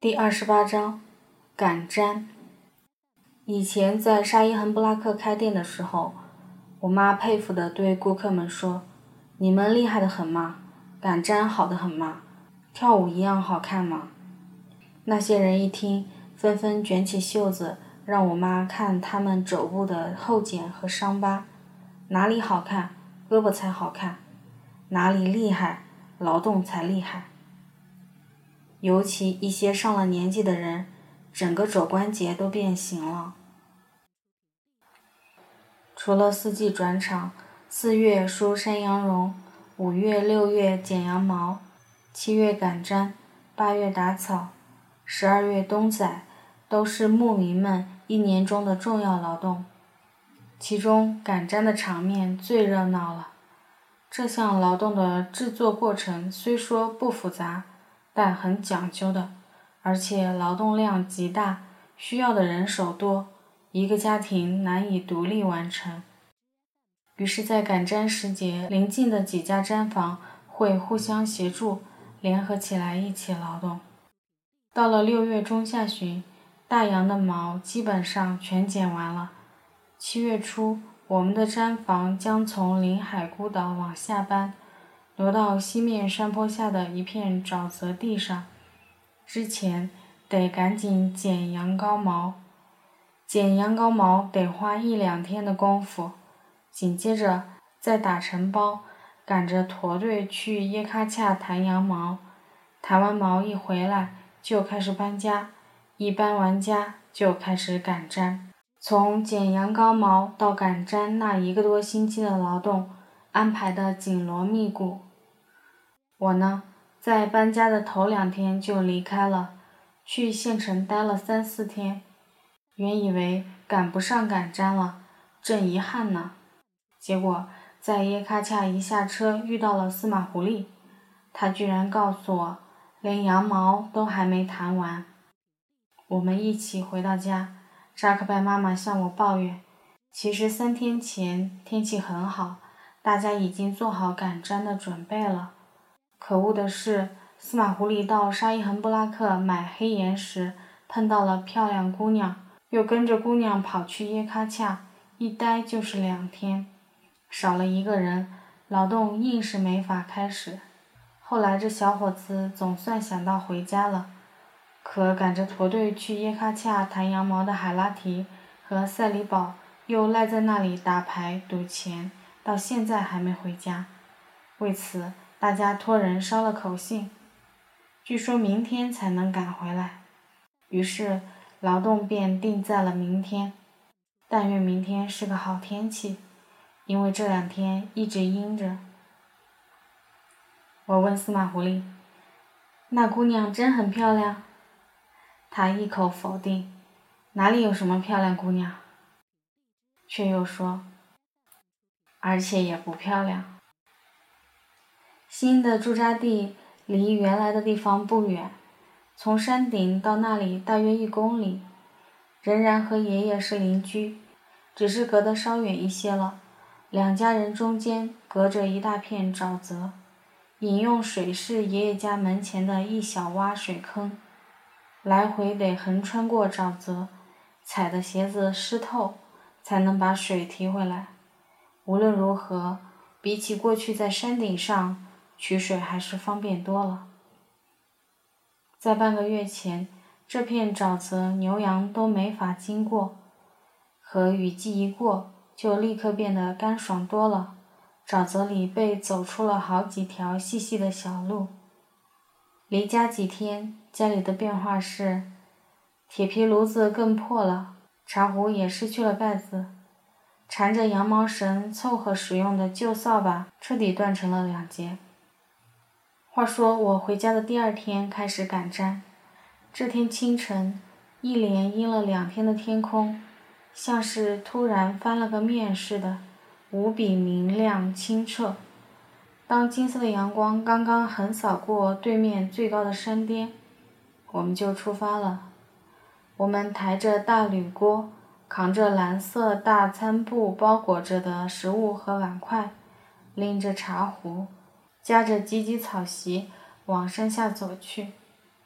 第28章赶毡。以前在沙伊恒布拉克开店的时候，我妈佩服地对顾客们说：“你们厉害得很吗？赶毡好得很吗？跳舞一样好看吗？”那些人一听，纷纷卷起袖子，让我妈看他们肘部的厚茧和伤疤。哪里好看，胳膊才好看；哪里厉害，劳动才厉害。尤其一些上了年纪的人，整个肘关节都变形了。除了四季转场，4月梳山羊绒，5月6月剪羊毛，7月赶毡，8月打草，12月冬宰，都是牧民们一年中的重要劳动。其中赶毡的场面最热闹了。这项劳动的制作过程虽说不复杂，但很讲究的，而且劳动量极大，需要的人手多，一个家庭难以独立完成。于是在赶毡时节，邻近的几家毡房会互相协助，联合起来一起劳动。到了6月中下旬，大羊的毛基本上全剪完了。7月初，我们的毡房将从临海孤岛往下搬，挪到西面山坡下的一片沼泽地上。之前得赶紧剪羊羔毛，剪羊羔毛得花1-2天的功夫，紧接着再打成包，赶着驼队去耶喀恰弹羊毛，弹完毛一回来就开始搬家，一搬完家就开始赶毡。从剪羊羔毛到赶毡那1个多星期的劳动安排得紧锣密鼓。我呢，在搬家的头2天就离开了，去县城待了3-4天。原以为赶不上赶毡了，正遗憾呢。结果在耶喀恰一下车遇到了司马狐狸，他居然告诉我，连羊毛都还没弹完。我们一起回到家，扎克拜妈妈向我抱怨，其实3天前天气很好，大家已经做好赶毡的准备了。可恶的是，司马狐狸到沙伊恒布拉克买黑盐时碰到了漂亮姑娘，又跟着姑娘跑去耶喀恰，一待就是2天，少了1个人，劳动硬是没法开始。后来这小伙子总算想到回家了，可赶着驼队去耶喀恰弹羊毛的海拉提和赛里堡又赖在那里打牌赌钱，到现在还没回家。为此大家托人捎了口信，据说明天才能赶回来。于是劳动便定在了明天，但愿明天是个好天气，因为这2天一直阴着。我问司马狐狸，那姑娘真很漂亮？他一口否定，哪里有什么漂亮姑娘？却又说，而且也不漂亮。新的驻扎地离原来的地方不远，从山顶到那里大约1公里，仍然和爷爷是邻居，只是隔得稍远一些了。2家人中间隔着一大片沼泽，饮用水是爷爷家门前的一小洼水坑，来回得横穿过沼泽，踩的鞋子湿透，才能把水提回来。无论如何，比起过去在山顶上取水还是方便多了。在半个月前，这片沼泽牛羊都没法经过，可雨季一过，就立刻变得干爽多了。沼泽里被走出了好几条细细的小路。离家几天，家里的变化是，铁皮炉子更破了，茶壶也失去了盖子，缠着羊毛绳凑合使用的旧扫把彻底断成了2截。话说我回家的第2天开始赶毡，这天清晨，一连阴了2天的天空，像是突然翻了个面似的，无比明亮清澈。当金色的阳光刚刚横扫过对面最高的山巅，我们就出发了。我们抬着大铝锅，扛着蓝色大餐布包裹着的食物和碗筷，拎着茶壶，夹着芨芨草席往山下走去。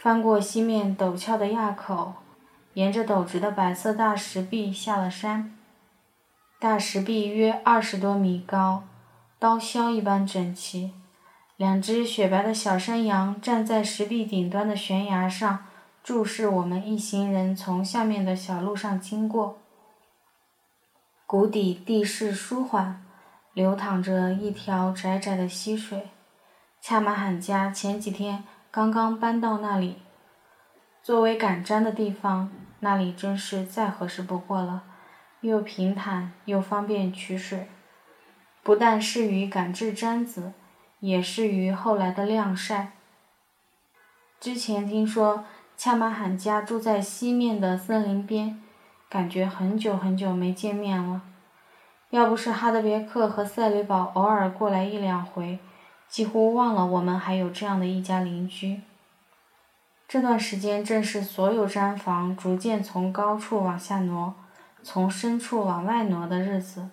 翻过西面陡峭的垭口，沿着陡直的白色大石壁下了山。大石壁约20多米高，刀削一般整齐。2只雪白的小山羊站在石壁顶端的悬崖上，注视我们一行人从下面的小路上经过。谷底地势舒缓，流淌着一条窄窄的溪水。恰马罕家前几天刚刚搬到那里，作为赶毡的地方，那里真是再合适不过了，又平坦又方便取水，不但适于赶制毡子，也适于后来的晾晒。之前听说恰马罕家住在西面的森林边，感觉很久很久没见面了。要不是哈德别克和赛里堡偶尔过来1-2回，几乎忘了我们还有这样的一家邻居。这段时间正是所有毡房逐渐从高处往下挪，从深处往外挪的日子。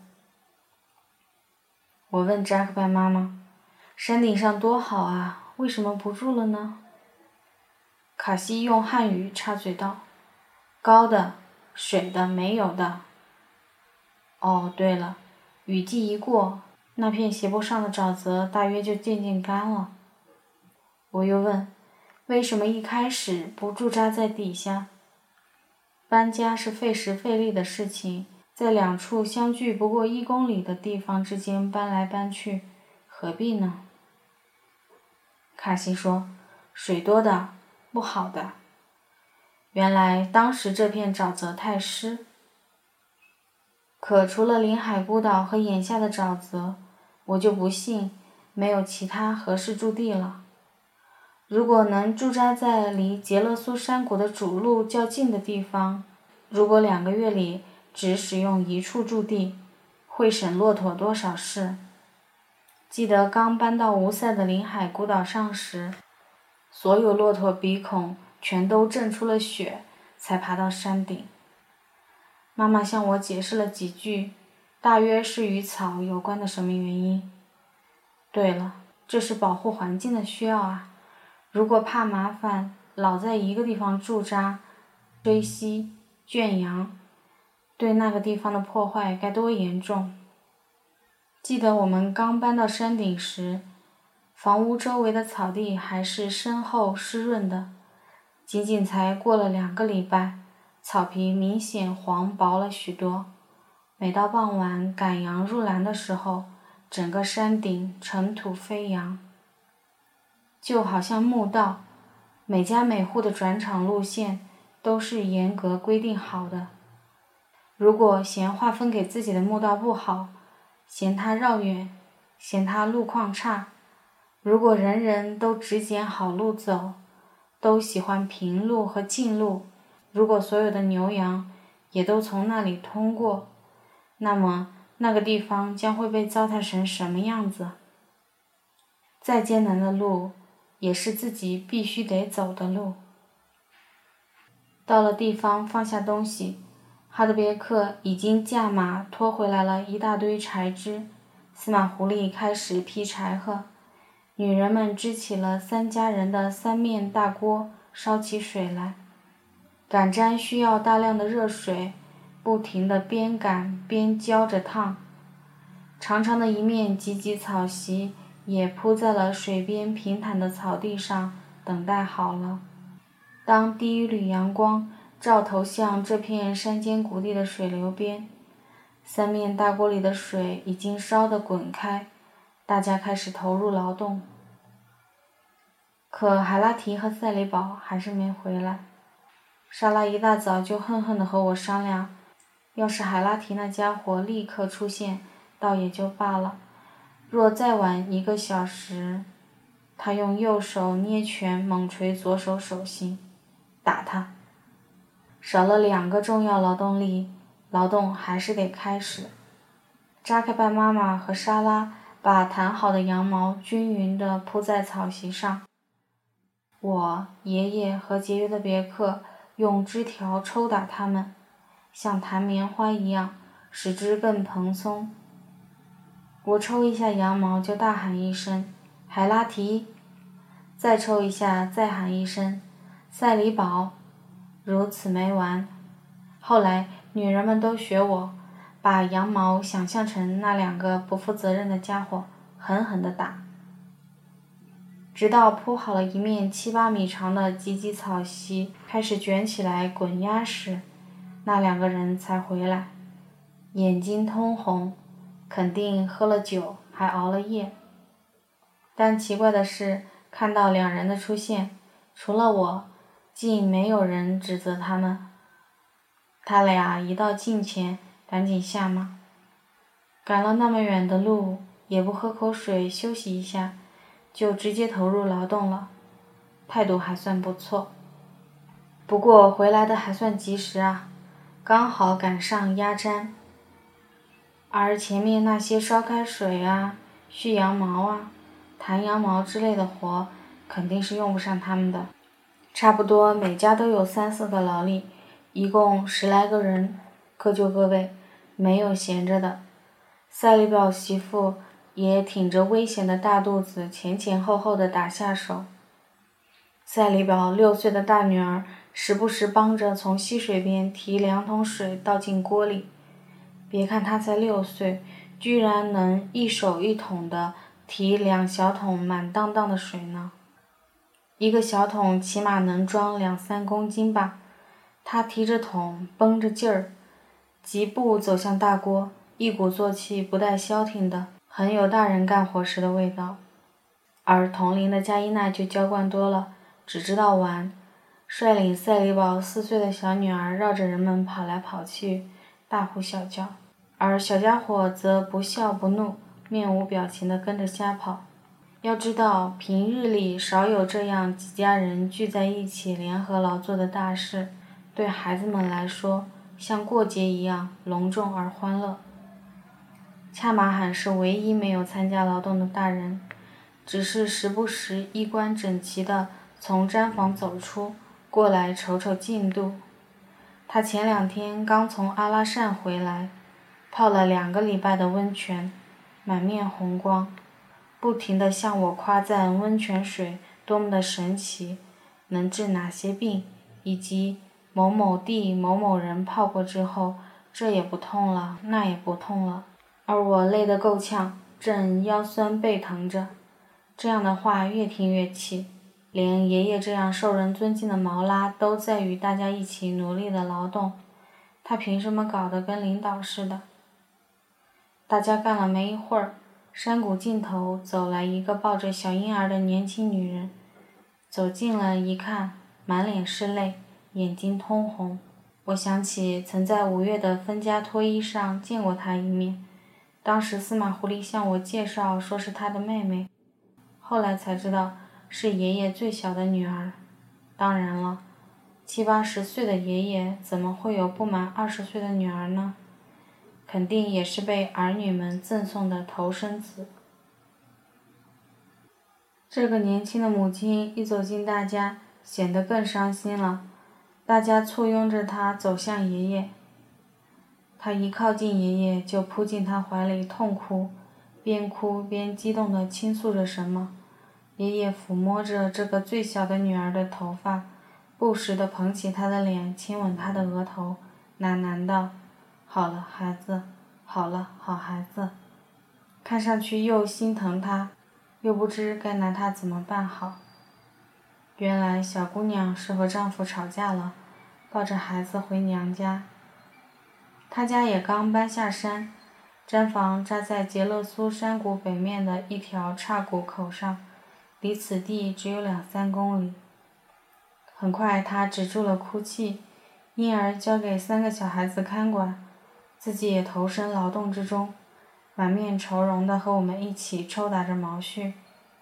我问扎克拜妈妈，山顶上多好啊，为什么不住了呢？卡西用汉语插嘴道，高的，水的，没有的。哦，对了，雨季一过，那片斜坡上的沼泽大约就渐渐干了。我又问，为什么一开始不驻扎在底下？搬家是费时费力的事情，在2处相距不过1公里的地方之间搬来搬去，何必呢？卡西说，水多的，不好的。原来当时这片沼泽太湿。可除了临海孤岛和眼下的沼泽，我就不信没有其他合适驻地了。如果能驻扎在离杰勒苏山谷的主路较近的地方，如果2个月里只使用1处驻地，会省骆驼多少事。记得刚搬到乌塞的临海孤岛上时，所有骆驼鼻孔全都震出了血，才爬到山顶。妈妈向我解释了几句，大约是与草有关的什么原因。对了，这是保护环境的需要啊。如果怕麻烦，老在一个地方驻扎，追溪、圈羊，对那个地方的破坏该多严重。记得我们刚搬到山顶时，房屋周围的草地还是深厚湿润的，仅仅才过了2个礼拜，草皮明显黄薄了许多。每到傍晚赶羊入栏的时候，整个山顶尘土飞扬，就好像墓道，每家每户的转场路线都是严格规定好的。如果嫌划分给自己的墓道不好，嫌它绕远，嫌它路况差，如果人人都只捡好路走，都喜欢平路和近路，如果所有的牛羊也都从那里通过，那么那个地方将会被糟蹋成什么样子？再艰难的路，也是自己必须得走的路。到了地方放下东西，哈德别克已经驾马拖回来了一大堆柴枝，司马狐狸开始劈柴禾，女人们支起了3家人的3面大锅，烧起水来。赶毡需要大量的热水，不停地边赶边浇着烫。长长的一面芨芨草席也铺在了水边平坦的草地上，等待好了。当第一缕阳光照投向这片山间谷地的水流边，3面大锅里的水已经烧得滚开，大家开始投入劳动。可海拉提和赛里堡还是没回来。莎拉一大早就恨恨地和我商量，要是海拉提那家伙立刻出现，倒也就罢了，若再晚1个小时，他用右手捏拳猛捶左手手心，打他。少了2个重要劳动力，劳动还是得开始。扎克拜妈妈和莎拉把弹好的羊毛均匀地铺在草席上，我、爷爷和节约的别克用枝条抽打它们，像弹棉花一样，使之更蓬松。我抽一下羊毛就大喊一声，海拉提，再抽一下再喊一声， 赛里堡。如此没完。后来女人们都学我，把羊毛想象成那2个不负责任的家伙，狠狠地打。直到铺好了一面7、8米长的芨芨草席开始卷起来滚压时，那2个人才回来，眼睛通红，肯定喝了酒还熬了夜。但奇怪的是，看到2人的出现，除了我，竟没有人指责他们。他俩一到近前，赶紧下马，赶了那么远的路，也不喝口水休息一下，就直接投入劳动了，态度还算不错。不过回来的还算及时啊，刚好赶上压毡，而前面那些烧开水啊、续羊毛啊、弹羊毛之类的活，肯定是用不上他们的。差不多每家都有3、4个劳力，一共10来个人，各就各位，没有闲着的。赛里堡媳妇也挺着危险的大肚子，前前后后的打下手。赛里堡6岁的大女儿时不时帮着从溪水边提2桶水倒进锅里。别看她才6岁，居然能一手一桶的提2小桶满当当的水呢。一个小桶起码能装2、3公斤吧。她提着桶，绷着劲儿，疾步走向大锅，一鼓作气，不带消停的，很有大人干活时的味道。而同龄的加伊娜就娇惯多了，只知道玩，率领赛里堡4岁的小女儿绕着人们跑来跑去，大呼小叫，而小家伙则不笑不怒，面无表情地跟着瞎跑。要知道，平日里少有这样几家人聚在一起联合劳作的大事，对孩子们来说像过节一样隆重而欢乐。恰马罕是唯一没有参加劳动的大人，只是时不时衣冠整齐地从毡房走出，过来瞅瞅进度。他前2天刚从阿拉善回来，泡了2个礼拜的温泉，满面红光，不停地向我夸赞温泉水多么的神奇，能治哪些病，以及某某地某某人泡过之后，这也不痛了，那也不痛了。而我累得够呛，正腰酸背疼着。这样的话越听越气，连爷爷这样受人尊敬的毛拉都在与大家一起努力的劳动，他凭什么搞得跟领导似的？大家干了没一会儿，山谷尽头走来一个抱着小婴儿的年轻女人，走近了一看，满脸是泪，眼睛通红。我想起曾在5月的分家脱衣上见过她一面，当时司马狐狸向我介绍说是她的妹妹，后来才知道是爷爷最小的女儿。当然了，70、80岁的爷爷怎么会有不满20岁的女儿呢？肯定也是被儿女们赠送的头生子。这个年轻的母亲一走进大家，显得更伤心了。大家簇拥着她走向爷爷，她一靠近爷爷就扑进他怀里痛哭，边哭边激动地倾诉着什么。爷爷抚摸着这个最小的女儿的头发，不时地捧起她的脸，亲吻她的额头，喃喃道：“好了，孩子，好了，好孩子。”看上去又心疼她，又不知该拿她怎么办好。原来小姑娘是和丈夫吵架了，抱着孩子回娘家。她家也刚搬下山，毡房扎在杰勒苏山谷北面的一条岔谷口上，离此地只有2、3公里。很快她止住了哭泣，婴儿交给3个小孩子看管，自己也投身劳动之中，满面愁容地和我们一起抽打着毛絮。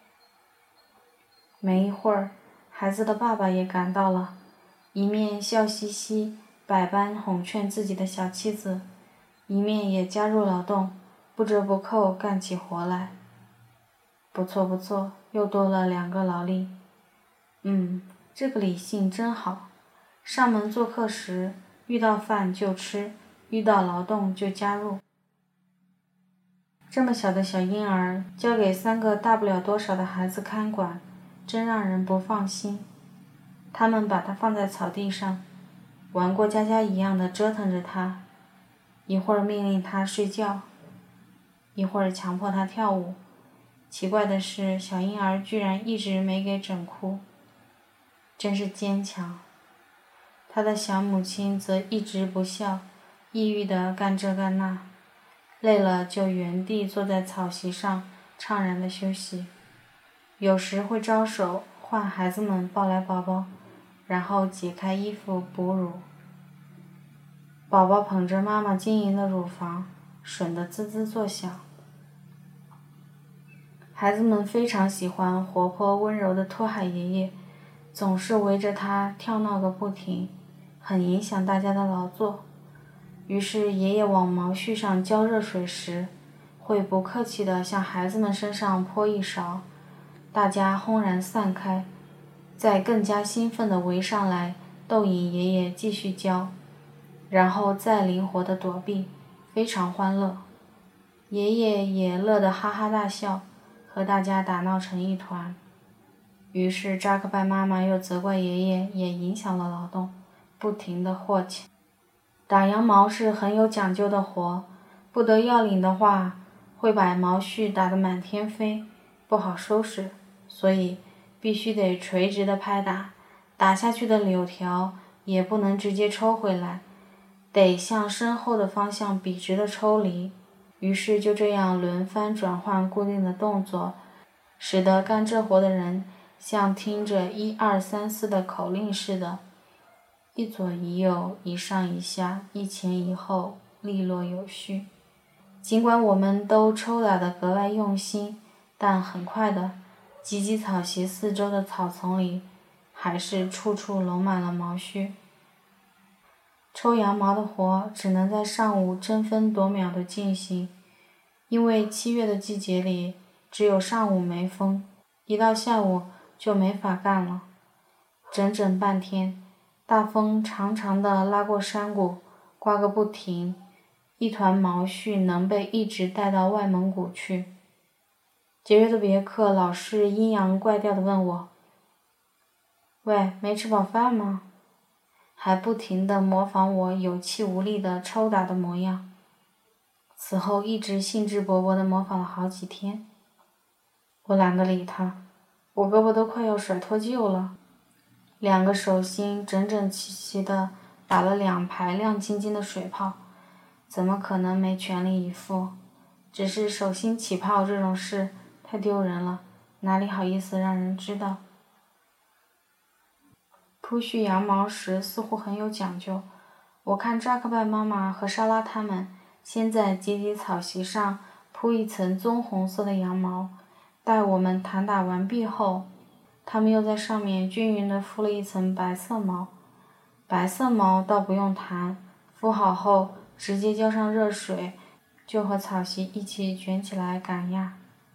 没一会儿，孩子的爸爸也赶到了，一面笑嘻嘻百般哄劝自己的小妻子，一面也加入劳动，不折不扣干起活来。不错不错，又多了2个劳力。这个理性真好。上门做客时，遇到饭就吃，遇到劳动就加入。这么小的小婴儿，交给3个大不了多少的孩子看管，真让人不放心。 他们把它放在草地上，玩过家家一样的折腾着它，一会儿命令它睡觉，一会儿强迫它跳舞。奇怪的是，小婴儿居然一直没给整哭，真是坚强。他的小母亲则一直不笑，抑郁地干这干那，累了就原地坐在草席上怅然地休息，有时会招手唤孩子们抱来宝宝，然后解开衣服哺乳。宝宝捧着妈妈晶莹的乳房，吮得滋滋作响。孩子们非常喜欢活泼温柔的托海爷爷，总是围着他跳闹个不停，很影响大家的劳作。于是爷爷往毛絮上浇热水时，会不客气地向孩子们身上泼一勺，大家轰然散开，再更加兴奋地围上来逗引爷爷继续浇，然后再灵活地躲避，非常欢乐。爷爷也乐得哈哈大笑，和大家打闹成一团。于是扎克拜妈妈又责怪爷爷也影响了劳动，不停地霍气。打羊毛是很有讲究的活，不得要领的话，会把毛絮打得满天飞，不好收拾，所以必须得垂直的拍打，打下去的柳条也不能直接抽回来，得向身后的方向笔直的抽离。于是就这样轮番转换固定的动作，使得干这活的人像听着1、2、3、4的口令似的，一左一右，一上一下，一前一后，利落有序。尽管我们都抽打得格外用心，但很快的，芨芨草席四周的草丛里还是处处拢满了毛絮。抽羊毛的活只能在上午争分夺秒地进行，因为7月的季节里只有上午没风，一到下午就没法干了。整整半天，大风长长地拉过山谷，刮个不停，一团毛絮能被一直带到外蒙古去。节约的别克老是阴阳怪调地问我：“喂，没吃饱饭吗？”还不停地模仿我有气无力的抽打的模样。此后一直兴致勃勃地模仿了好几天。我懒得理他，我胳膊都快要甩脱臼了。2个手心整整齐齐地打了2排亮晶晶的水泡，怎么可能没全力以赴？只是手心起泡这种事太丢人了，哪里好意思让人知道。铺絮羊毛时似乎很有讲究，我看扎克拜妈妈和莎拉他们先在芨芨草席上铺一层棕红色的羊毛，待我们弹打完毕后，他们又在上面均匀地敷了一层白色毛。白色毛倒不用弹，敷好后直接浇上热水，就和草席一起卷起来赶压。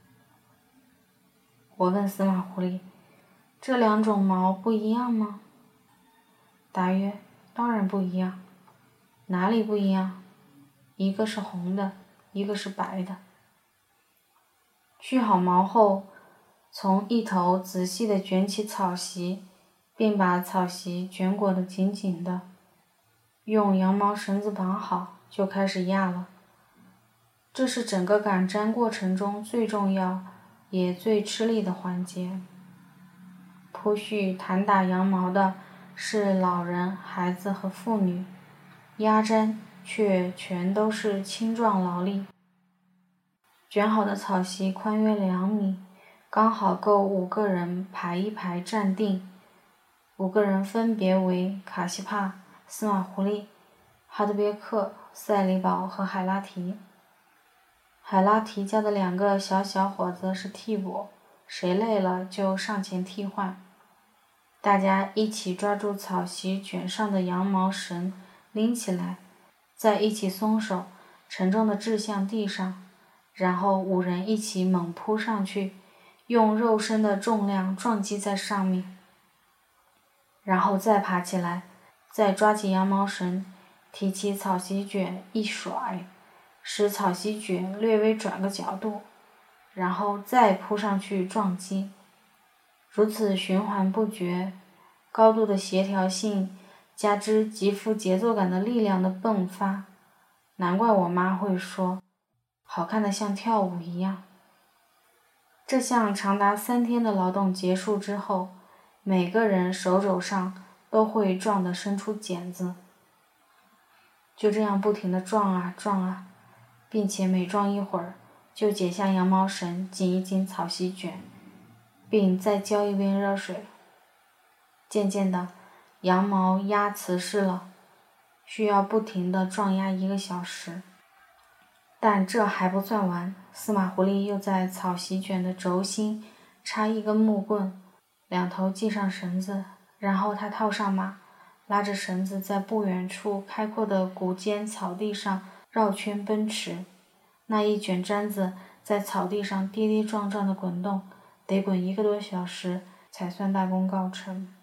我问司马狐狸：“这2种毛不一样吗？”答曰：“当然不一样。”哪里不一样？一个是红的，一个是白的。蓄好毛后，从一头仔细地卷起草席，并把草席卷裹得紧紧的，用羊毛绳子绑好，就开始压了。这是整个赶毡过程中最重要也最吃力的环节。铺絮弹打羊毛的是老人、孩子和妇女，压毡却全都是青壮劳力。卷好的草席宽约2米，刚好够5个人排一排站定。5个人分别为卡西帕、司马狐狸、哈德别克、赛里堡和海拉提。海拉提家的2个小伙子是替补，谁累了就上前替换。大家一起抓住草席卷上的羊毛绳，拎起来，再一起松手，沉重地掷向地上，然后5人一起猛扑上去，用肉身的重量撞击在上面，然后再爬起来，再抓起羊毛绳，提起草席卷一甩，使草席卷略微转个角度，然后再扑上去撞击。如此循环不绝， 高度的协调性加之极富节奏感的力量的迸发，难怪我妈会说，好看得像跳舞一样。这项长达3天的劳动结束之后，每个人手肘上都会撞得伸出茧子，就这样不停地撞啊撞啊，并且每撞一会儿就解下羊毛绳，紧一紧草席卷，并再浇一遍热水。渐渐的，羊毛压瓷实了，需要不停地撞压1个小时。但这还不算完，司马狐狸又在草席卷的轴心插一根木棍，2头系上绳子，然后他套上马，拉着绳子在不远处开阔的谷间草地上绕圈奔驰。那一卷毡子在草地上跌跌撞撞地滚动，得滚1个多小时才算大功告成。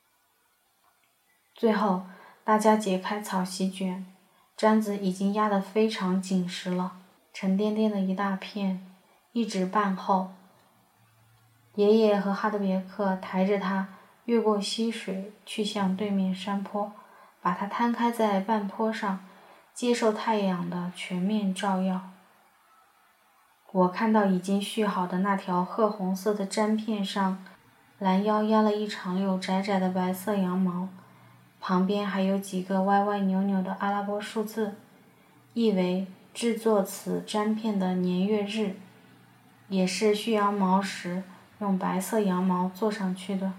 最后，大家解开草席卷，毡子已经压得非常紧实了，沉甸甸的一大片，1指半厚。爷爷和哈德别克抬着它越过溪水去向对面山坡，把它摊开在半坡上，接受太阳的全面照耀。我看到已经续好的那条褐红色的毡片上，拦腰压了一长溜窄窄的白色羊毛，旁边还有几个歪歪扭扭的阿拉伯数字，意为制作此毡片的年月日，也是续羊毛时用白色羊毛做上去的。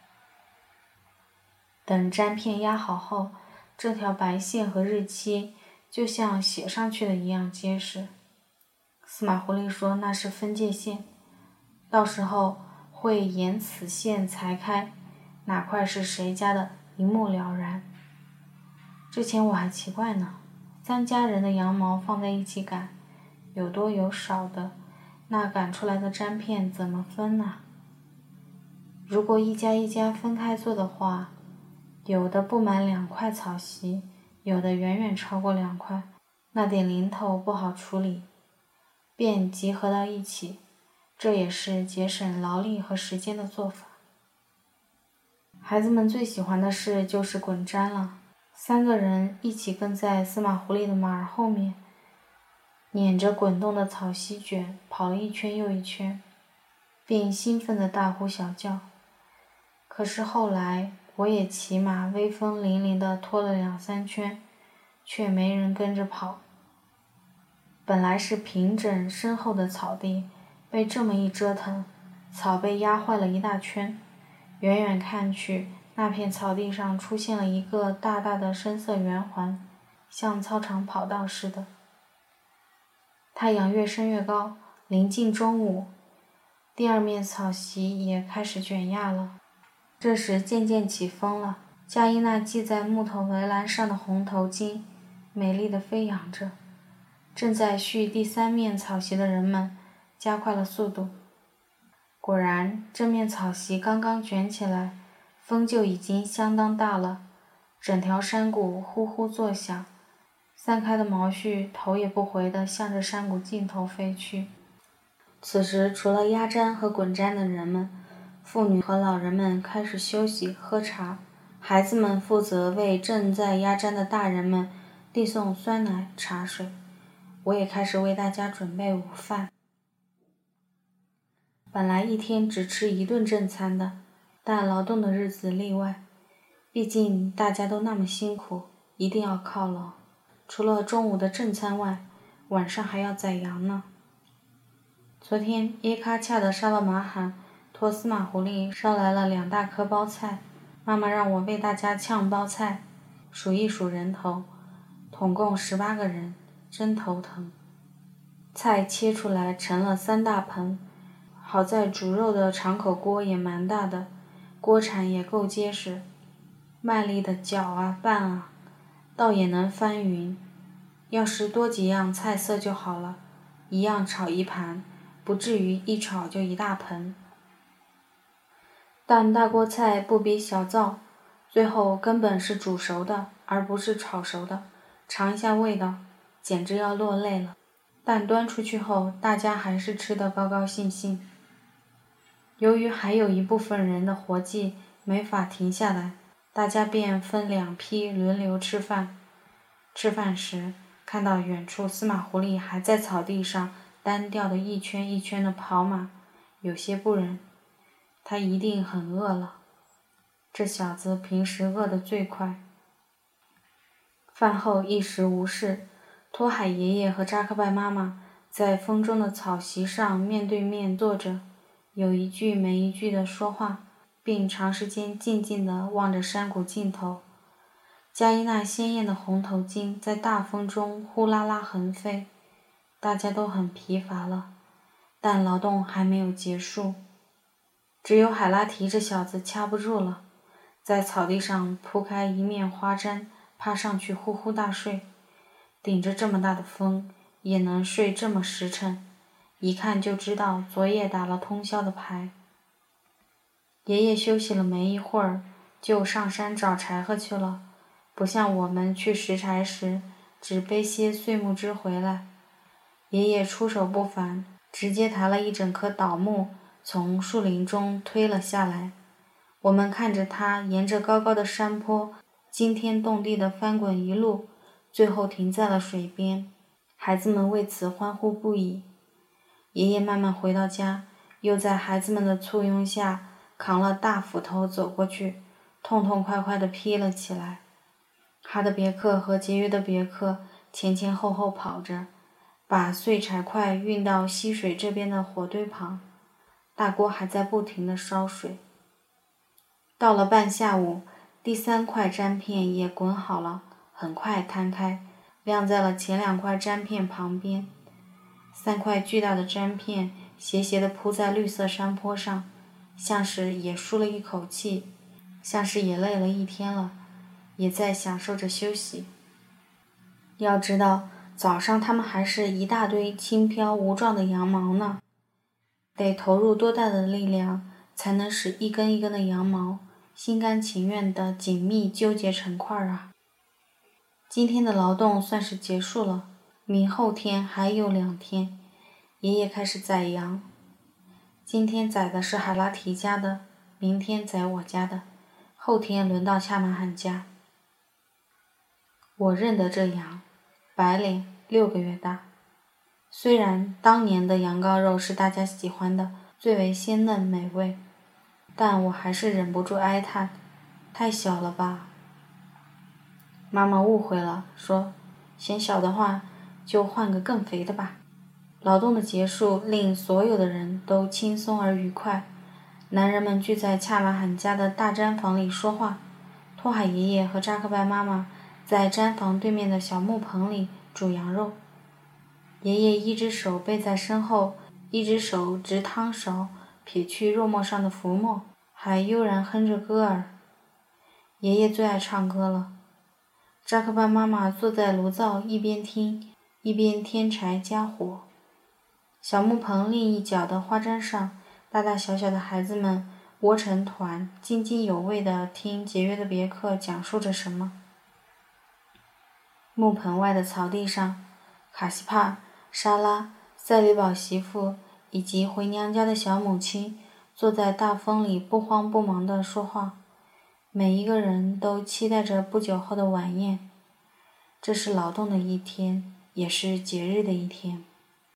等毡片压好后，这条白线和日期就像写上去的一样结实。司马狐狸说那是分界线，到时候会沿此线裁开，哪块是谁家的，一目了然。之前我还奇怪呢，3家人的羊毛放在一起赶，有多有少的，那赶出来的毡片怎么分呢？如果一家一家分开做的话，有的不满2块草席，有的远远超过2块，那点零头不好处理，便集合到一起，这也是节省劳力和时间的做法。孩子们最喜欢的事就是滚毡了，3个人一起跟在司马狐狸的马儿后面，撵着滚动的草席卷跑了1圈又1圈，并兴奋地大呼小叫。可是后来我也骑马威风凛凛地拖了2、3圈，却没人跟着跑。本来是平整深厚的草地，被这么一折腾，草被压坏了1大圈。远远看去，那片草地上出现了一个大大的深色圆环，像操场跑道似的。太阳越升越高，临近中午，第2面草席也开始卷压了。这时渐渐起风了，加伊那系在木头围栏上的红头巾美丽地飞扬着。正在续第3面草席的人们加快了速度。果然，这面草席刚刚卷起来，风就已经相当大了，整条山谷呼呼作响，散开的毛絮头也不回地向着山谷尽头飞去。此时，除了压毡和滚毡的人们，妇女和老人们开始休息喝茶，孩子们负责为正在压毡的大人们递送酸奶茶水。我也开始为大家准备午饭。本来1天只吃1顿正餐的，但劳动的日子例外，毕竟大家都那么辛苦，一定要犒劳。除了中午的正餐外，晚上还要宰羊呢。昨天耶卡恰的沙勒马罕托司马狐狸捎来了2大颗包菜，妈妈让我为大家炝包菜，数一数人头，统共18个人，真头疼。菜切出来盛了3大盆，好在煮肉的长口锅也蛮大的，锅铲也够结实，卖力的搅啊拌啊，倒也能翻匀。要是多几样菜色就好了，一样炒1盘，不至于一炒就1大盆。但大锅菜不比小灶，最后根本是煮熟的，而不是炒熟的，尝一下味道，简直要落泪了。但端出去后，大家还是吃得高高兴兴。由于还有一部分人的活计没法停下来，大家便分两批轮流吃饭。吃饭时，看到远处司马狐狸还在草地上单调的一圈一圈的跑马，有些不忍。他一定很饿了，这小子平时饿得最快。饭后一时无事，托海爷爷和扎克拜妈妈在风中的草席上面对面坐着，有一句没一句地说话，并长时间静静地望着山谷尽头。加伊那鲜艳的红头巾在大风中呼啦啦横飞，大家都很疲乏了，但劳动还没有结束。只有海拉提这小子掐不住了，在草地上铺开一面花毡，趴上去呼呼大睡，顶着这么大的风也能睡这么实诚，一看就知道昨夜打了通宵的牌。爷爷休息了没一会儿，就上山找柴禾去了，不像我们去拾柴时只背些碎木枝回来。爷爷出手不凡，直接抬了一整棵倒木从树林中推了下来。我们看着他沿着高高的山坡惊天动地地翻滚一路，最后停在了水边，孩子们为此欢呼不已。爷爷慢慢回到家，又在孩子们的簇拥下扛了大斧头走过去，痛痛快快地劈了起来。哈德别克和节约的别克前前后后跑着，把碎柴块运到溪水这边的火堆旁，大锅还在不停地烧水。到了半下午，第3块毡片也滚好了，很快摊开，晾在了前2块毡片旁边。3块巨大的毡片斜斜地铺在绿色山坡上，像是也舒了一口气，像是也累了一天了，也在享受着休息。要知道，早上他们还是一大堆轻飘无状的羊毛呢，得投入多大的力量才能使一根一根的羊毛心甘情愿地紧密纠结成块啊！今天的劳动算是结束了，明后天还有2天，爷爷开始宰羊。今天宰的是海拉提家的，明天宰我家的，后天轮到恰马罕家。我认得这羊，白脸，6个月大。虽然当年的羊羔肉是大家喜欢的，最为鲜嫩美味，但我还是忍不住哀叹，太小了吧。妈妈误会了，说嫌小的话就换个更肥的吧。劳动的结束令所有的人都轻松而愉快。男人们聚在恰马罕家的大毡房里说话，托海爷爷和扎克拜妈妈在毡房对面的小木棚里煮羊肉。爷爷一只手背在身后，一只手执汤勺撇去肉末上的浮沫，还悠然哼着歌儿。爷爷最爱唱歌了。扎克拜妈妈坐在炉灶一边听一边添柴加火。小木棚另一角的花毡上，大大小小的孩子们窝成团，津津有味地听节约的别克讲述着什么。木棚外的草地上，卡西帕、莎拉、塞里堡媳妇以及回娘家的小母亲坐在大风里不慌不忙地说话，每一个人都期待着不久后的晚宴。这是劳动的一天，也是节日的一天。